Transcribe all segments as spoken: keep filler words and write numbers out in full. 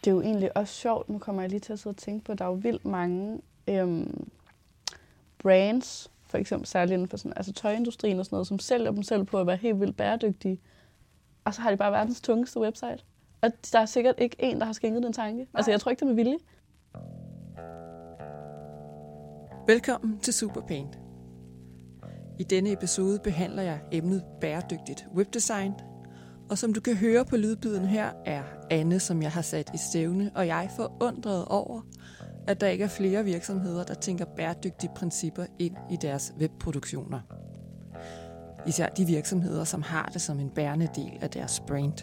Det er jo egentlig også sjovt, nu kommer jeg lige til at sidde og tænke på, at der er jo vildt mange øhm, brands, for eksempel særligt inden for sådan, altså tøjindustrien og sådan noget, som sælger dem selv på at være helt vildt bæredygtige. Og så har de bare verdens tungeste website. Og der er sikkert ikke en, der har skænket den tanke. Nej. Altså jeg tror ikke, det er med vilje. Velkommen til Superpaint. I denne episode behandler jeg emnet bæredygtigt webdesign. Og som du kan høre på lydbiden her, er Anne, som jeg har sat i stævne, og jeg er forundret over, at der ikke er flere virksomheder, der tænker bæredygtige principper ind i deres webproduktioner. Især de virksomheder, som har det som en bærende del af deres brand.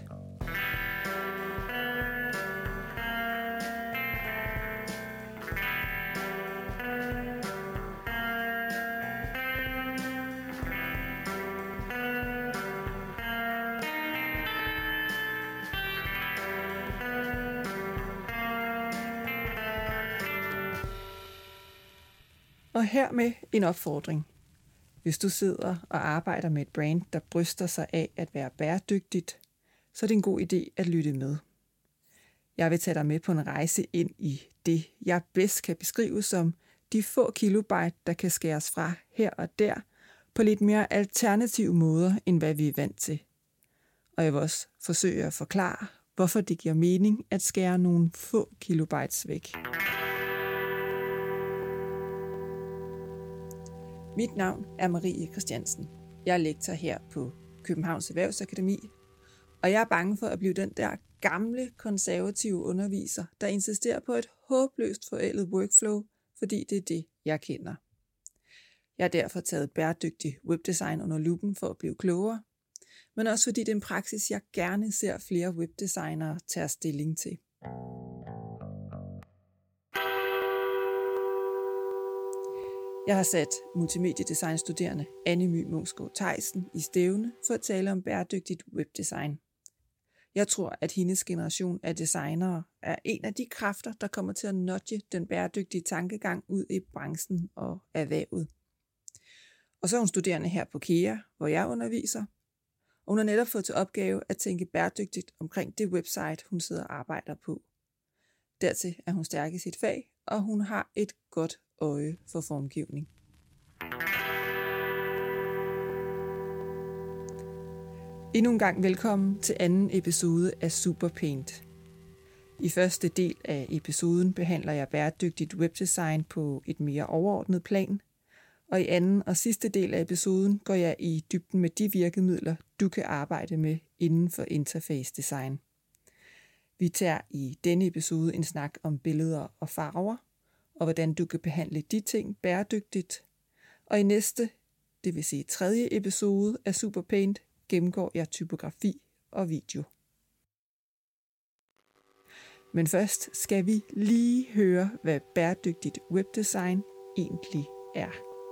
Og hermed en opfordring. Hvis du sidder og arbejder med et brand, der bryster sig af at være bæredygtigt, så er det en god idé at lytte med. Jeg vil tage dig med på en rejse ind i det, jeg bedst kan beskrive som de få kilobyte, der kan skæres fra her og der, på lidt mere alternative måder, end hvad vi er vant til. Og jeg vil også forsøge at forklare, hvorfor det giver mening at skære nogle få kilobytes væk. Mit navn er Marie Christiansen. Jeg er lektor her på Københavns Erhvervsakademi, og jeg er bange for at blive den der gamle, konservative underviser, der insisterer på et håbløst forældet workflow, fordi det er det, jeg kender. Jeg har derfor taget bæredygtig webdesign under lupen for at blive klogere, men også fordi det er en praksis, jeg gerne ser flere webdesignere tage stilling til. Jeg har sat multimediedesignstuderende Anne My Munksgaard Thijssen i stævne for at tale om bæredygtigt webdesign. Jeg tror, at hendes generation af designere er en af de kræfter, der kommer til at nudge den bæredygtige tankegang ud i branchen og erhvervet. Og så er hun studerende her på Kea, hvor jeg underviser. Og hun har netop fået til opgave at tænke bæredygtigt omkring det website, hun sidder og arbejder på. Dertil er hun stærk i sit fag, og hun har et godt øje for formgivning. Endnu en gang velkommen til anden episode af Superpaint. I første del af episoden behandler jeg bæredygtigt webdesign på et mere overordnet plan, og i anden og sidste del af episoden går jeg i dybden med de virkemidler, du kan arbejde med inden for interface design. Vi tager i denne episode en snak om billeder og farver, og hvordan du kan behandle de ting bæredygtigt. Og i næste, det vil sige tredje episode af Superpaint, gennemgår jeg typografi og video. Men først skal vi lige høre, hvad bæredygtigt webdesign egentlig er.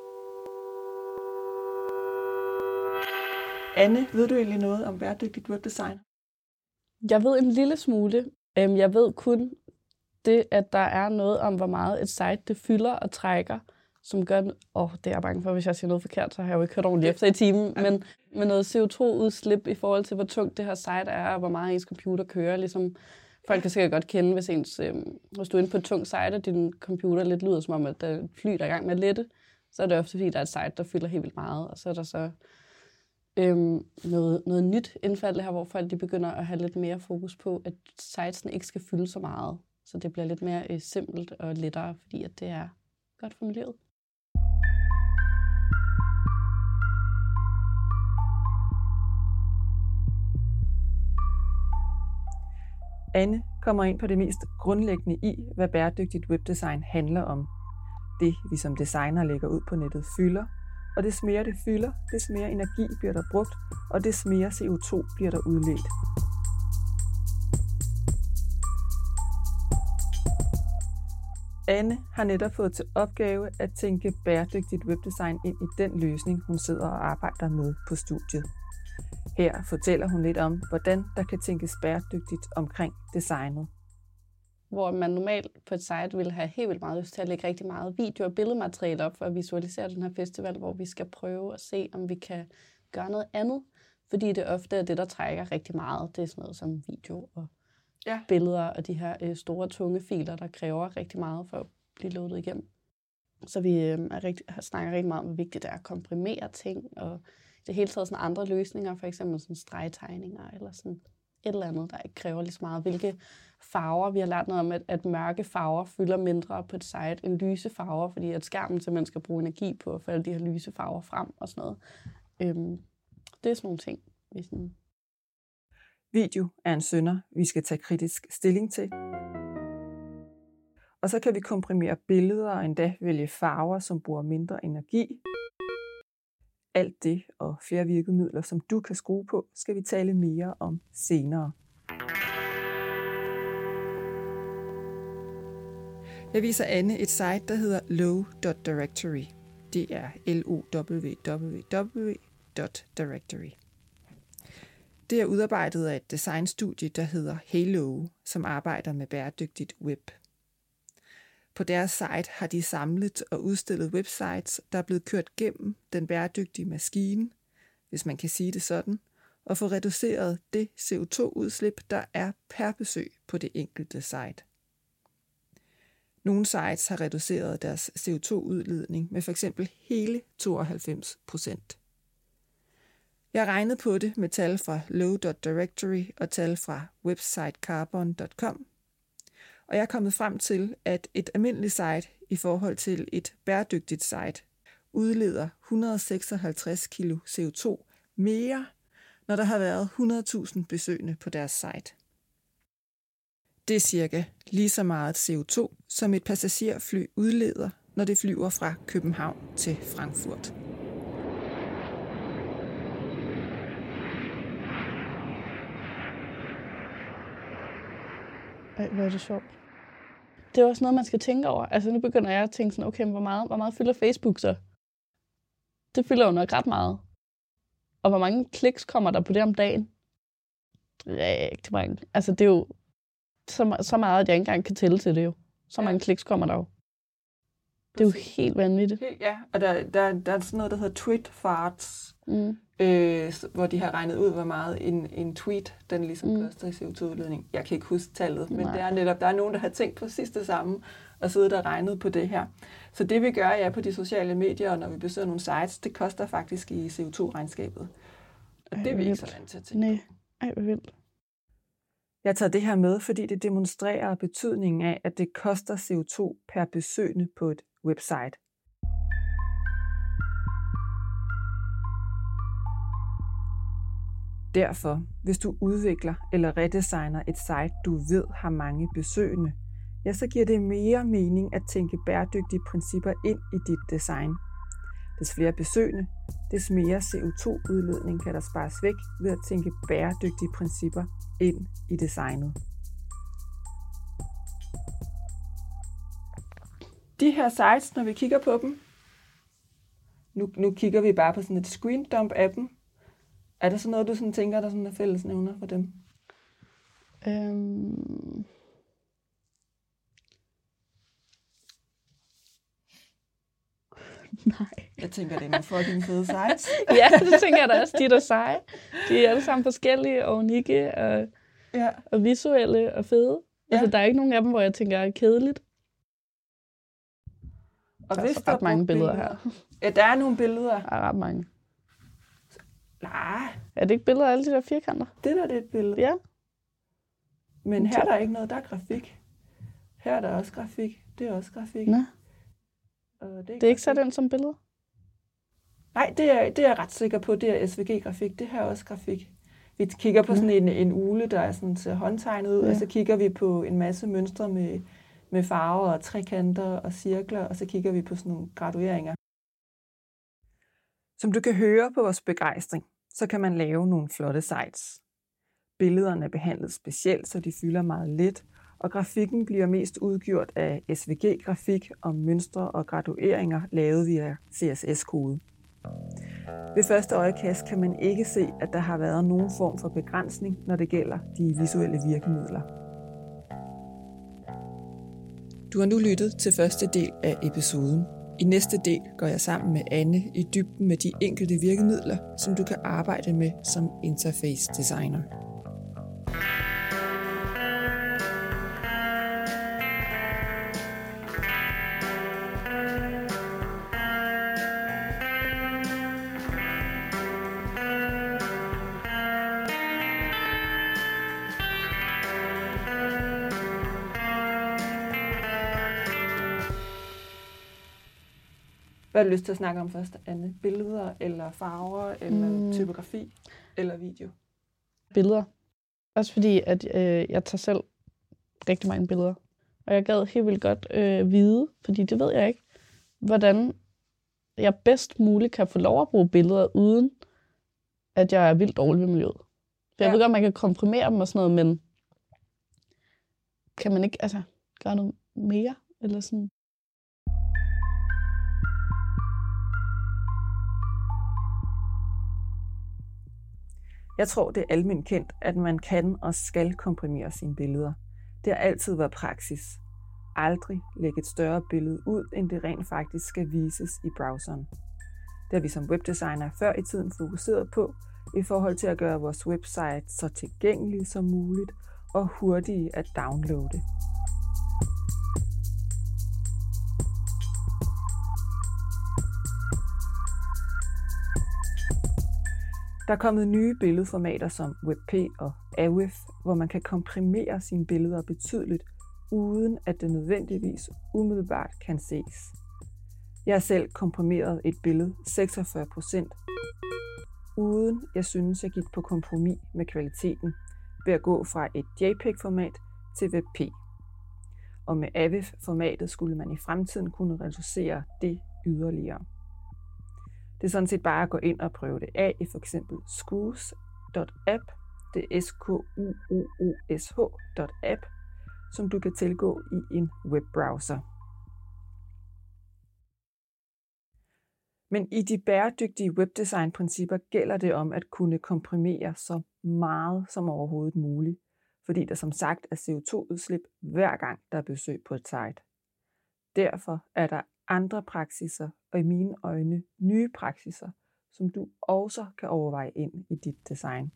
Anne, ved du egentlig noget om bæredygtigt webdesign? Jeg ved en lille smule. Jeg ved kun det, at der er noget om, hvor meget et site det fylder og trækker, som gør... Åh, oh, det er jeg bange for, hvis jeg siger noget forkert, så har jeg jo ikke hørt ordentligt efter i timen. Men med noget C O to udslip i forhold til, hvor tungt det her site er, og hvor meget ens computer kører. Ligesom folk kan sikkert godt kende, hvis, ens, øh, hvis du er inde på et tungt site, og din computer lidt lyder som om, at der fly der er i gang med at lette, så er det ofte, fordi der er et site, der fylder helt vildt meget. Og så er der så øhm, noget, noget nyt indfald her, hvor folk de begynder at have lidt mere fokus på, at sitesene ikke skal fylde så meget. Så det bliver lidt mere øh, simpelt og lettere, fordi at det er godt for miljøet. Anne kommer ind på det mest grundlæggende i, hvad bæredygtigt webdesign handler om. Det, vi som designer lægger ud på nettet, fylder, og des mere det fylder, des mere energi bliver der brugt, og des mere C O to bliver der udledt. Anne har netop fået til opgave at tænke bæredygtigt webdesign ind i den løsning, hun sidder og arbejder med på studiet. Her fortæller hun lidt om, hvordan der kan tænkes bæredygtigt omkring designet. Hvor man normalt på et site vil have helt vildt meget lyst til at lægge rigtig meget video- og billedmateriale op for at visualisere den her festival, hvor vi skal prøve at se, om vi kan gøre noget andet. Fordi det ofte er det, der trækker rigtig meget. Det er sådan noget som video og ja. billeder og de her øh, store, tunge filer, der kræver rigtig meget for at blive loadet igennem. Så vi øh, er rigtig, snakker rigtig meget om, hvor vigtigt det er at komprimere ting, og det hele taget sådan andre løsninger, for eksempel sådan stregtegninger, eller sådan et eller andet, der ikke kræver lige så meget. Hvilke farver, vi har lært noget om, at, at mørke farver fylder mindre på et site end lyse farver, fordi at skærmen simpelthen skal bruge energi på at få alle de her lyse farver frem og sådan noget. Øhm, det er sådan nogle ting, vi sådan... Video er en synder, vi skal tage kritisk stilling til. Og så kan vi komprimere billeder og endda vælge farver, som bruger mindre energi. Alt det og flere virkemidler, som du kan skrue på, skal vi tale mere om senere. Jeg viser Anne et site, der hedder low dot directory. Det er L O W W W dot directory. Det er udarbejdet af et designstudie, der hedder Halo, som arbejder med bæredygtigt web. På deres site har de samlet og udstillet websites, der er blevet kørt gennem den bæredygtige maskine, hvis man kan sige det sådan, og få reduceret det C O to udslip, der er per besøg på det enkelte site. Nogle sites har reduceret deres C O to udledning med f.eks. hele tooghalvfems procent. Jeg har regnet på det med tal fra low dot directory og tal fra website carbon dot com, og jeg er kommet frem til, at et almindeligt site i forhold til et bæredygtigt site udleder et hundrede og seksoghalvtreds kilo C O to mere, når der har været hundrede tusind besøgende på deres site. Det er cirka lige så meget C O to, som et passagerfly udleder, når det flyver fra København til Frankfurt. Ej, hvor er det sjovt. Det er også noget, man skal tænke over. Altså, nu begynder jeg at tænke sådan, okay, hvor meget, hvor meget fylder Facebook så? Det fylder jo nok ret meget. Og hvor mange kliks kommer der på det om dagen? Rigtig mange. Altså, det er jo så, så meget, at jeg ikke engang kan tælle til det jo. Så mange ja. kliks kommer der jo. Det er jo helt vanvittigt. Helt, ja, og der, der, der er sådan noget, der hedder tweet farts, mm. øh, hvor de har regnet ud, hvor meget en, en tweet, den ligesom mm. koster i C O to udledning. Jeg kan ikke huske tallet, men Nej. det er netop, der er nogen, der har tænkt præcis det samme, og siddet og regnet på det her. Så det vi gør, ja, på de sociale medier, og når vi besøger nogle sites, det koster faktisk i C O to regnskabet. Og Ej, det er vi ikke så vant til at tænke Nej. Ej, hvor vildt. Jeg tager det her med, fordi det demonstrerer betydningen af, at det koster C O to per besøgende på et website. Derfor, hvis du udvikler eller redesigner et site, du ved har mange besøgende, ja, så giver det mere mening at tænke bæredygtige principper ind i dit design. Des flere besøgende, des mere C O to udledning kan der spares væk ved at tænke bæredygtige principper ind i designet. De her sites, når vi kigger på dem, nu, nu kigger vi bare på sådan et screen dump af dem. Er der sådan noget, du sådan tænker, der sådan er fællesnævner for dem? Øhm... Nej. Jeg tænker, det er nogle fucking fede sites. Ja, det tænker jeg da også. De er da seje. De er alle sammen forskellige og unikke og, ja. og visuelle og fede. Ja. Altså, der er ikke nogen af dem, hvor jeg tænker, er kedeligt. Og der er hvis så ret mange billeder, billeder her. Ja, der er nogle billeder. Der er ret mange. Nej. Er det ikke billeder af alle de der firkanter? Det der, det er et billede. Ja. Men her er der ikke noget, der er grafik. Her er der også grafik. Det er også grafik. Nå. Og det er, det er ikke sat ind som billede? Nej, det er, det er jeg ret sikker på. Det er S V G-grafik. Det her er også grafik. Vi kigger på sådan en, en ule, der er sådan så håndtegnet ud, ja. Og så kigger vi på en masse mønstre med, med farver og trekanter og cirkler, og så kigger vi på sådan nogle gradueringer. Som du kan høre på vores begejstring, så kan man lave nogle flotte sites. Billederne er behandlet specielt, så de fylder meget lidt, og grafikken bliver mest udgjort af S V G-grafik og mønstre og gradueringer lavet via C S S-kode. Ved første øjekast kan man ikke se, at der har været nogen form for begrænsning, når det gælder de visuelle virkemidler. Du har nu lyttet til første del af episoden. I næste del går jeg sammen med Anne i dybden med de enkelte virkemidler, som du kan arbejde med som interface designer. Hvad har du lyst til at snakke om først, Anne? Billeder, eller farver, eller mm. typografi, eller video? Billeder. Også fordi, at øh, jeg tager selv rigtig mange billeder. Og jeg gad helt vildt godt øh, vide, fordi det ved jeg ikke, hvordan jeg bedst muligt kan få lov at bruge billeder, uden at jeg er vildt dårlig ved miljøet. For ja. Jeg ved godt, man kan komprimere dem og sådan noget, men kan man ikke altså, gøre noget mere? Eller sådan? Jeg tror, det er almindeligt kendt, at man kan og skal komprimere sine billeder. Det har altid været praksis. Aldrig lægge et større billede ud, end det rent faktisk skal vises i browseren. Det har vi som webdesigner før i tiden fokuseret på, i forhold til at gøre vores website så tilgængelige som muligt og hurtige at downloade. Der er kommet nye billedformater som WebP og A W I F, hvor man kan komprimere sine billeder betydeligt, uden at det nødvendigvis umiddelbart kan ses. Jeg har selv komprimeret et billede seksogfyrre procent, uden jeg synes, jeg gik på kompromis med kvaliteten ved at gå fra et JPEG-format til WebP. Og med A W I F-formatet skulle man i fremtiden kunne reducere det yderligere. Det er sådan set bare at gå ind og prøve det af i for eksempel skous punktum app, det er S K U O O S H punktum app, som du kan tilgå i en webbrowser. Men i de bæredygtige webdesign-principper gælder det om at kunne komprimere så meget som overhovedet muligt, fordi der som sagt er C O to udslip hver gang der er besøg på et site. Derfor er der andre praksiser, og i mine øjne nye praksiser, som du også kan overveje ind i dit design.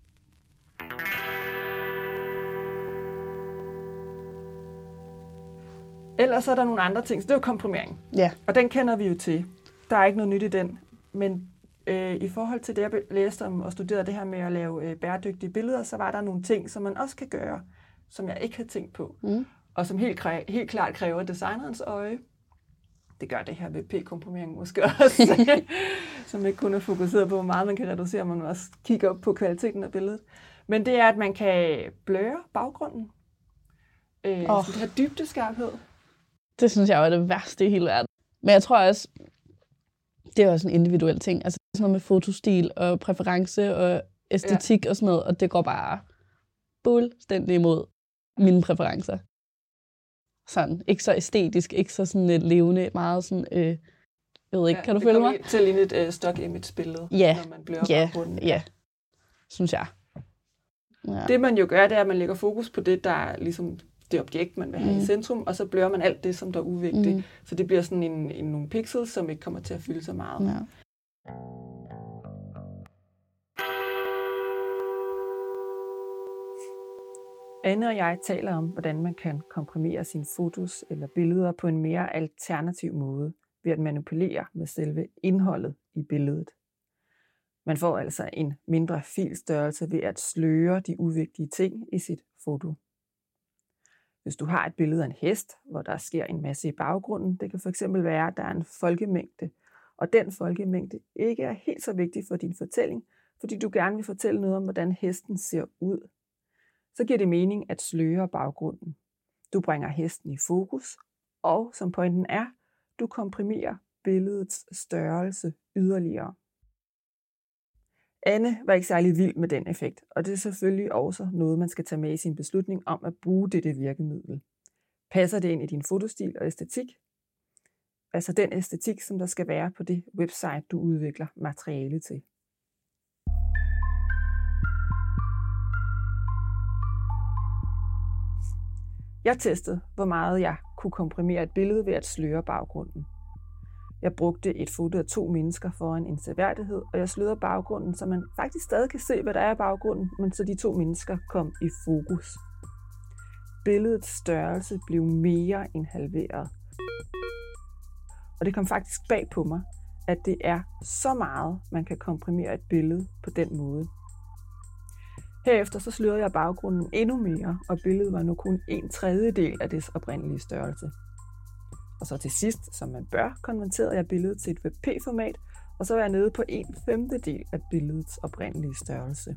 Ellers er der nogle andre ting, så det er jo komprimering. Ja. Og den kender vi jo til. Der er ikke noget nyt i den. Men øh, i forhold til det, jeg læste om og studerede det her med at lave øh, bæredygtige billeder, så var der nogle ting, som man også kan gøre, som jeg ikke havde tænkt på. Mm. Og som helt, kræ- helt klart kræver designerens øje. Det gør det her W P-komprimering måske også, som ikke kun er fokuseret på, hvor meget man kan reducere, men også kigger op på kvaliteten af billedet. Men det er, at man kan bløre baggrunden. Øh, oh. Så det har dybdeskarphed. Det synes jeg er det værste i hele verden. Men jeg tror også, det er også en individuel ting. Altså sådan noget med fotostil og præference og æstetik ja. Og sådan noget, og det går bare fuldstændig imod mine præferencer. Sådan, ikke så æstetisk, ikke så sådan et levende, meget sådan, øh, jeg ved ikke, ja, kan du følge mig? Det til at ligne et uh, stock image-billede, ja. Når man blører ja. baggrunden. Ja, synes jeg. Ja. Det man jo gør, det er, at man lægger fokus på det, der er ligesom det objekt, man vil have mm. i centrum, og så blører man alt det, som der er uvigtigt. Mm. Så det bliver sådan en, en, nogle pixels, som ikke kommer til at fylde så meget. Ja. Anne og jeg taler om, hvordan man kan komprimere sine fotos eller billeder på en mere alternativ måde ved at manipulere med selve indholdet i billedet. Man får altså en mindre filstørrelse ved at sløre de uvigtige ting i sit foto. Hvis du har et billede af en hest, hvor der sker en masse i baggrunden, det kan fx være, at der er en folkemængde, og den folkemængde ikke er helt så vigtig for din fortælling, fordi du gerne vil fortælle noget om, hvordan hesten ser ud. Så giver det mening at sløre baggrunden. Du bringer hesten i fokus, og som pointen er, du komprimerer billedets størrelse yderligere. Anne var ikke særlig vild med den effekt, og det er selvfølgelig også noget, man skal tage med i sin beslutning om at bruge dette virkemiddel. Passer det ind i din fotostil og æstetik? Altså den æstetik, som der skal være på det website, du udvikler materiale til. Jeg testede, hvor meget jeg kunne komprimere et billede ved at sløre baggrunden. Jeg brugte et foto af to mennesker foran en seværdighed, og jeg slørede baggrunden, så man faktisk stadig kan se, hvad der er i baggrunden, men så de to mennesker kom i fokus. Billedets størrelse blev mere end halveret. Og det kom faktisk bag på mig, at det er så meget, man kan komprimere et billede på den måde. Herefter så slørede jeg baggrunden endnu mere, og billedet var nu kun en tredjedel af dets oprindelige størrelse. Og så til sidst, som man bør, konverterede jeg billedet til et W P G-format, og så var jeg nede på en femtedel af billedets oprindelige størrelse.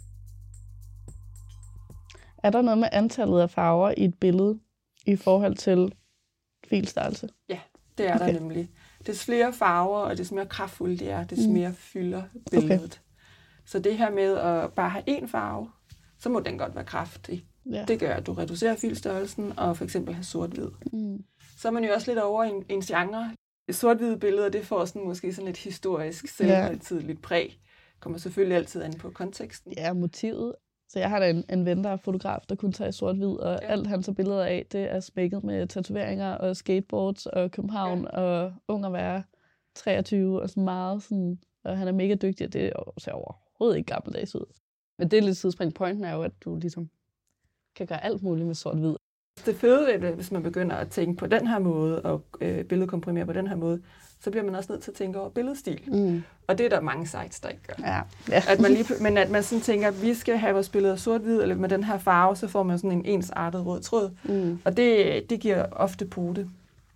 Er der noget med antallet af farver i et billede i forhold til filstørrelse? Ja, det er okay. Der nemlig. Des flere farver, og des mere kraftfulde det er, des mere fylder billedet. Okay. Så det her med at bare have én farve, så må den godt være kraftig. Ja. Det gør, at du reducerer filstørrelsen og for eksempel have sort-hvid. Mm. Så er man jo også lidt over i en, en genre. Sort-hvide billeder, det får sådan, måske sådan et historisk, selvhøjtideligt præg. Kommer selvfølgelig altid an på konteksten. Ja, motivet. Så jeg har da en, en ven, der er fotograf, der kun tager sort-hvid, og ja. Alt han tager billeder af, det er smækket med tatoveringer og skateboards og København ja. Og ung at være treogtyve og sådan meget sådan, og han er mega dygtig, og det ser overhovedet ikke gammeldags ud. Men det er lidt tidsspring. Pointen er jo, at du ligesom kan gøre alt muligt med sort-hvid. Det fede ved det, hvis man begynder at tænke på den her måde, og øh, billedkomprimere på den her måde, så bliver man også nødt til at tænke over billedstil. Mm. Og det er der mange sites, der ikke gør. Ja. Ja. At man lige, men at man sådan tænker, at vi skal have vores billeder sort-hvid, eller med den her farve, så får man sådan en ensartet rød tråd. Mm. Og det, det giver ofte pote.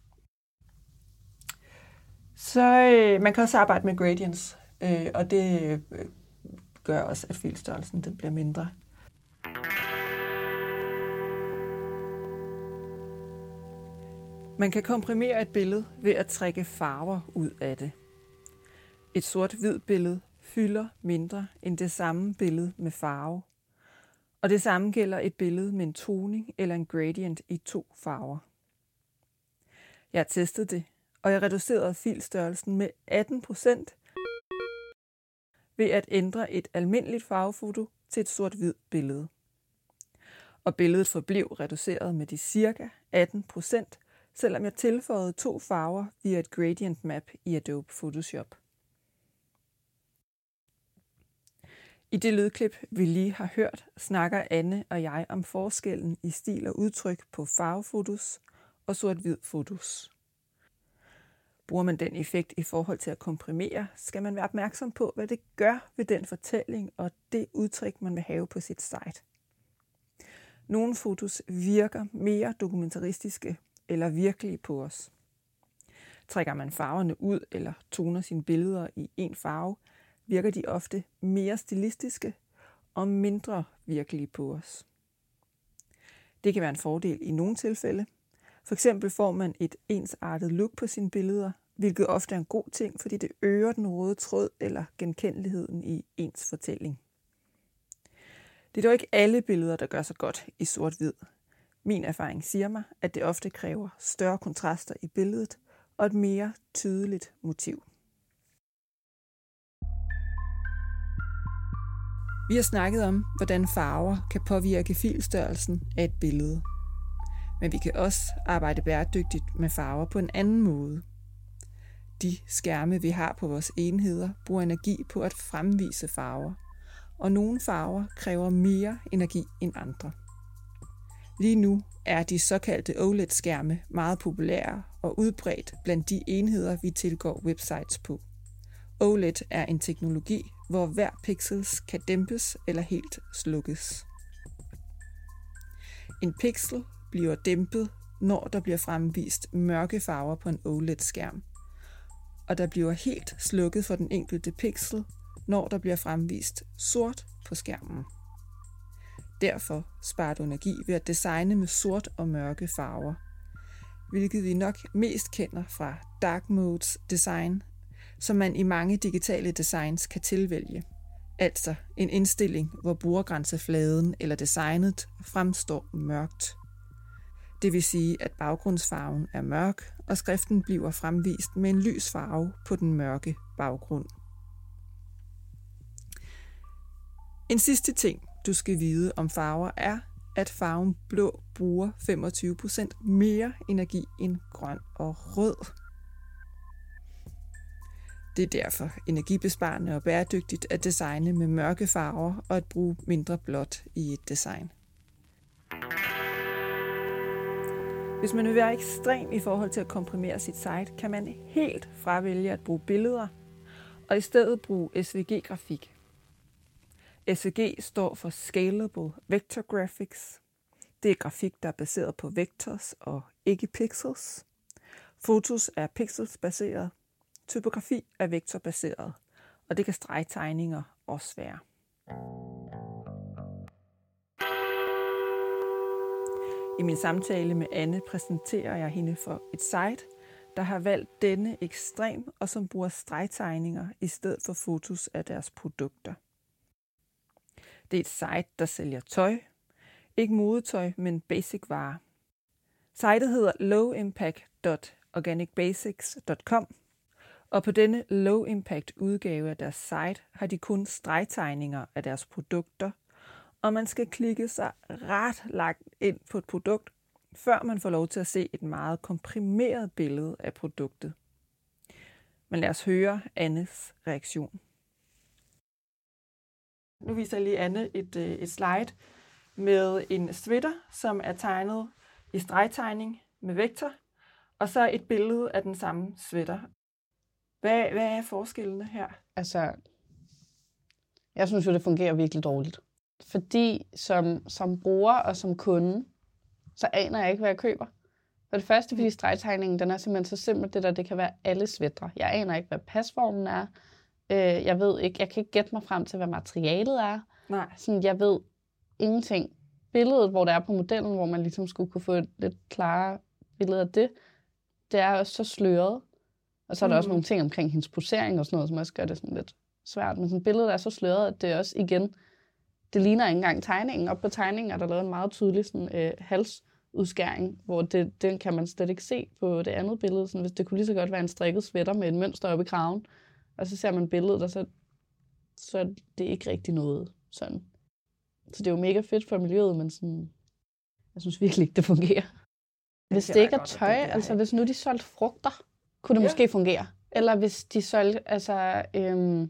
Så øh, man kan også arbejde med gradients, øh, og det øh, gør også, at filstørrelsen den bliver mindre. Man kan komprimere et billede ved at trække farver ud af det. Et sort-hvid billede fylder mindre end det samme billede med farve. Og det samme gælder et billede med en toning eller en gradient i to farver. Jeg har testet det, og jeg reducerede filstørrelsen med atten procent ved at ændre et almindeligt farvefoto til et sort-hvid billede. Og billedet forblev reduceret med de cirka atten procent, selvom jeg tilføjede to farver via et gradient map i Adobe Photoshop. I det lydklip, vi lige har hørt, snakker Anne og jeg om forskellen i stil og udtryk på farvefotos og sort-hvid fotos. Bruger man den effekt i forhold til at komprimere, skal man være opmærksom på, hvad det gør ved den fortælling og det udtryk, man vil have på sit site. Nogle fotos virker mere dokumentaristiske eller virkelige på os. Trækker man farverne ud eller toner sine billeder i en farve, virker de ofte mere stilistiske og mindre virkelige på os. Det kan være en fordel i nogle tilfælde. For eksempel får man et ensartet look på sine billeder, hvilket ofte er en god ting, fordi det øger den røde tråd eller genkendeligheden i ens fortælling. Det er dog ikke alle billeder, der gør sig godt i sort-hvid. Min erfaring siger mig, at det ofte kræver større kontraster i billedet og et mere tydeligt motiv. Vi har snakket om, hvordan farver kan påvirke filstørrelsen af et billede. Men vi kan også arbejde bæredygtigt med farver på en anden måde. De skærme, vi har på vores enheder, bruger energi på at fremvise farver, og nogle farver kræver mere energi end andre. Lige nu er de såkaldte O L E D-skærme meget populære og udbredt blandt de enheder, vi tilgår websites på. O L E D er en teknologi, hvor hver pixels kan dæmpes eller helt slukkes. En pixel bliver dæmpet, når der bliver fremvist mørke farver på en O L E D-skærm, og der bliver helt slukket for den enkelte pixel, når der bliver fremvist sort på skærmen. Derfor sparer du energi ved at designe med sort og mørke farver, hvilket vi nok mest kender fra dark modes design, som man i mange digitale designs kan tilvælge. Altså en indstilling, hvor brugergrænsefladen eller designet fremstår mørkt. Det vil sige, at baggrundsfarven er mørk, og skriften bliver fremvist med en lys farve på den mørke baggrund. En sidste ting, du skal vide om farver, er, at farven blå bruger femogtyve procent mere energi end grøn og rød. Det er derfor energibesparende og bæredygtigt at designe med mørke farver og at bruge mindre blåt i et design. Hvis man vil være ekstrem i forhold til at komprimere sit site, kan man helt fravælge at bruge billeder og i stedet bruge S V G-grafik. S V G står for Scalable Vector Graphics. Det er grafik, der er baseret på vectors og ikke pixels. Fotos er pixelsbaseret, typografi er vektorbaseret, og det kan stregtegninger også være. I min samtale med Anne præsenterer jeg hende for et site, der har valgt denne ekstrem og som bruger stregtegninger i stedet for fotos af deres produkter. Det er et site, der sælger tøj. Ikke modetøj, men basic varer. Sitet hedder low impact dot organic basics dot com, og på denne low impact udgave af deres site har de kun stregtegninger af deres produkter, og man skal klikke sig ret langt ind på et produkt, før man får lov til at se et meget komprimeret billede af produktet. Men lad os høre Annes reaktion. Nu viser jeg lige Anne et, et slide med en sweater, som er tegnet i stregtegning med vektor, og så et billede af den samme sweater. Hvad, hvad er forskellene her? Altså, jeg synes jo, det fungerer virkelig dårligt. Fordi som, som bruger og som kunde, så aner jeg ikke, hvad jeg køber. For det første, fordi stregtegningen, den er simpelthen så simpel, det der, det kan være alle sweatre. Jeg aner ikke, hvad pasformen er. Jeg ved ikke, jeg kan ikke gætte mig frem til, hvad materialet er. Nej. Sådan, jeg ved ingenting. Billedet, hvor det er på modellen, hvor man ligesom skulle kunne få et lidt klarere billede af det, det er også så sløret. Og så er der mm. også nogle ting omkring hendes posering og sådan noget, som også gør det sådan lidt svært. Men sådan billedet er så sløret, at det også igen, det ligner ikke engang tegningen. Op på tegningen er der lavet en meget tydelig sådan, øh, halsudskæring, hvor det, den kan man slet ikke se på det andet billede. Sådan, hvis det kunne lige så godt være en strikket sweater med et mønster oppe i kraven. Og så ser man billedet, og så, så er det ikke rigtig noget sådan. Så det er jo mega fedt for miljøet, men sådan, jeg synes virkelig ikke, det fungerer. Hvis det, det ikke er tøj, det altså hvis nu de solgte frugter, kunne det ja. måske fungere. Eller hvis de solgte, altså, øhm,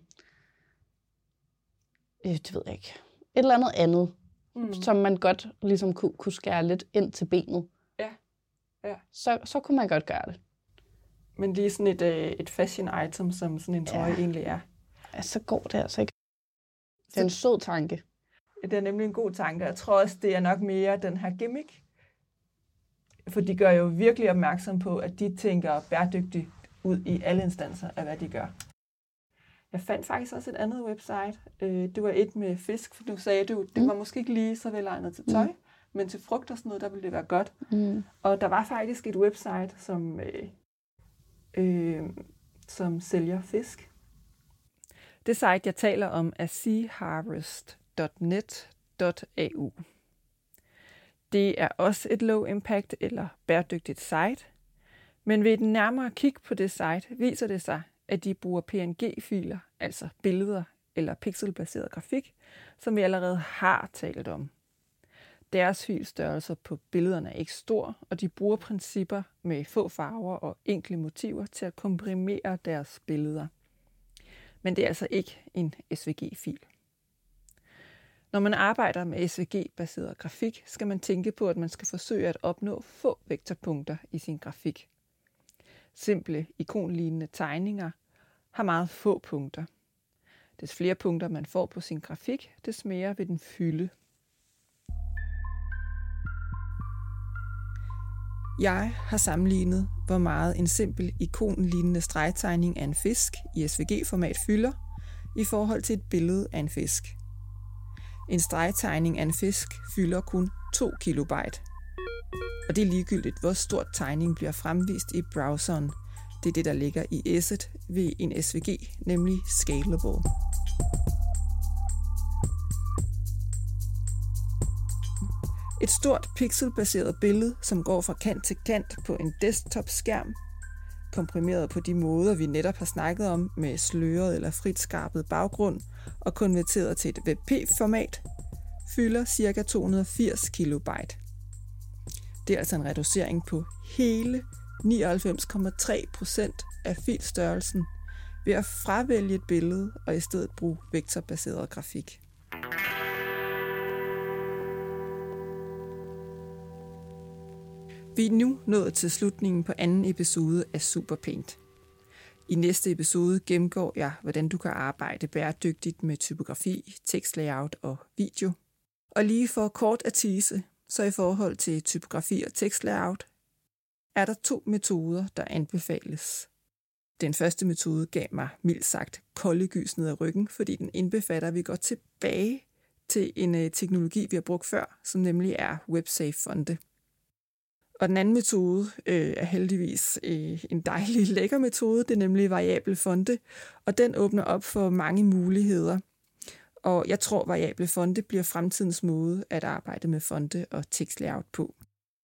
øh, det ved jeg ikke, et eller andet andet, mm. som man godt ligesom kunne, kunne skære lidt ind til benet. Ja. Ja. Så, så kunne man godt gøre det. Men lige sådan et, øh, et fashion item, som sådan en trøje ja. egentlig er. Ja, så går det altså ikke. Det er en sød tanke. Det er nemlig en god tanke. Jeg tror også, det er nok mere den her gimmick. For de gør jo virkelig opmærksom på, at de tænker bæredygtigt ud i alle instanser af, hvad de gør. Jeg fandt faktisk også et andet website. Det var et med fisk, for du sagde, du, det var måske ikke lige så velegnet til tøj, mm. men til frugt og sådan noget, der ville det være godt. Mm. Og der var faktisk et website, som, øh, øh, som sælger fisk. Det site, jeg taler om, er sea harvest dot net dot a u. Det er også et low impact eller bæredygtigt site, men ved et nærmere kig på det site viser det sig, at de bruger P N G-filer, altså billeder eller pixelbaseret grafik, som vi allerede har talt om. Deres filstørrelser på billederne er ikke stor, og de bruger principper med få farver og enkle motiver til at komprimere deres billeder. Men det er altså ikke en S V G-fil. Når man arbejder med S V G-baseret grafik, skal man tænke på, at man skal forsøge at opnå få vektorpunkter i sin grafik. Simple, ikonlignende tegninger har meget få punkter. Des flere punkter man får på sin grafik, des mere vil den fylde. Jeg har sammenlignet, hvor meget en simpel ikonlignende stregtegning af en fisk i S V G-format fylder, i forhold til et billede af en fisk. En stregtegning af en fisk fylder kun to kilobyte. Og det er ligegyldigt, hvor stor tegning bliver fremvist i browseren. Det er det, der ligger i S'et ved en S V G, nemlig Scalable. Et stort pixelbaseret billede, som går fra kant til kant på en desktop-skærm, komprimeret på de måder, vi netop har snakket om, med sløret eller frit skarpet baggrund og konverteret til et W P G-format, fylder ca. to hundrede og firs kilobyte. Det er altså en reducering på hele nioghalvfems komma tre procent af filstørrelsen ved at fravælge et billede og i stedet bruge vektorbaseret grafik. Vi er nu nået til slutningen på anden episode af Superpaint. I næste episode gennemgår jeg, hvordan du kan arbejde bæredygtigt med typografi, tekstlayout og video. Og lige for kort at tease, så i forhold til typografi og tekstlayout, er der to metoder, der anbefales. Den første metode gav mig mildt sagt kolde gys ned ad ryggen, fordi den indbefatter, at vi går tilbage til en øh, teknologi, vi har brugt før, som nemlig er WebSafe-fonde. Og den anden metode øh, er heldigvis øh, en dejlig lækker metode, det er nemlig variable fonde, og den åbner op for mange muligheder. Og jeg tror, variable fonde bliver fremtidens måde at arbejde med fonde og tekstlayout på.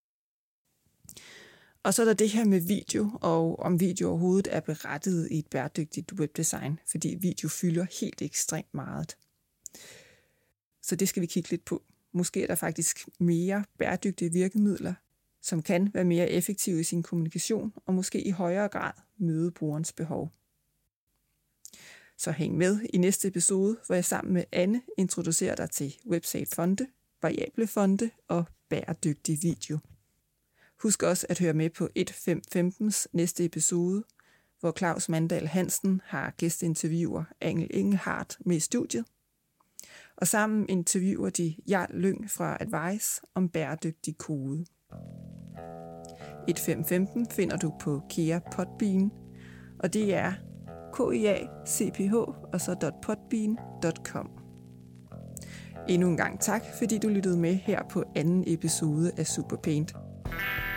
Og så er der det her med video, og om video overhovedet er berettiget i et bæredygtigt webdesign, fordi video fylder helt ekstremt meget. Så det skal vi kigge lidt på. Måske er der faktisk mere bæredygtige virkemidler, som kan være mere effektive i sin kommunikation, og måske i højere grad møde brugerens behov. Så hæng med i næste episode, hvor jeg sammen med Anne introducerer dig til WebSafe-fonde, variable fonde og bæredygtig video. Husk også at høre med på et fem femtens næste episode, hvor Claus Mandal Hansen har gæsteinterviewer Angel Engelhardt med i studiet. Og sammen interviewer de Jarl Lyng fra Advice om bæredygtig kode. et fem femten finder du på Kea Podbean, og det er K E A C P H og så .podbean punktum com. Endnu en gang tak, fordi du lyttede med her på anden episode af Superpaint.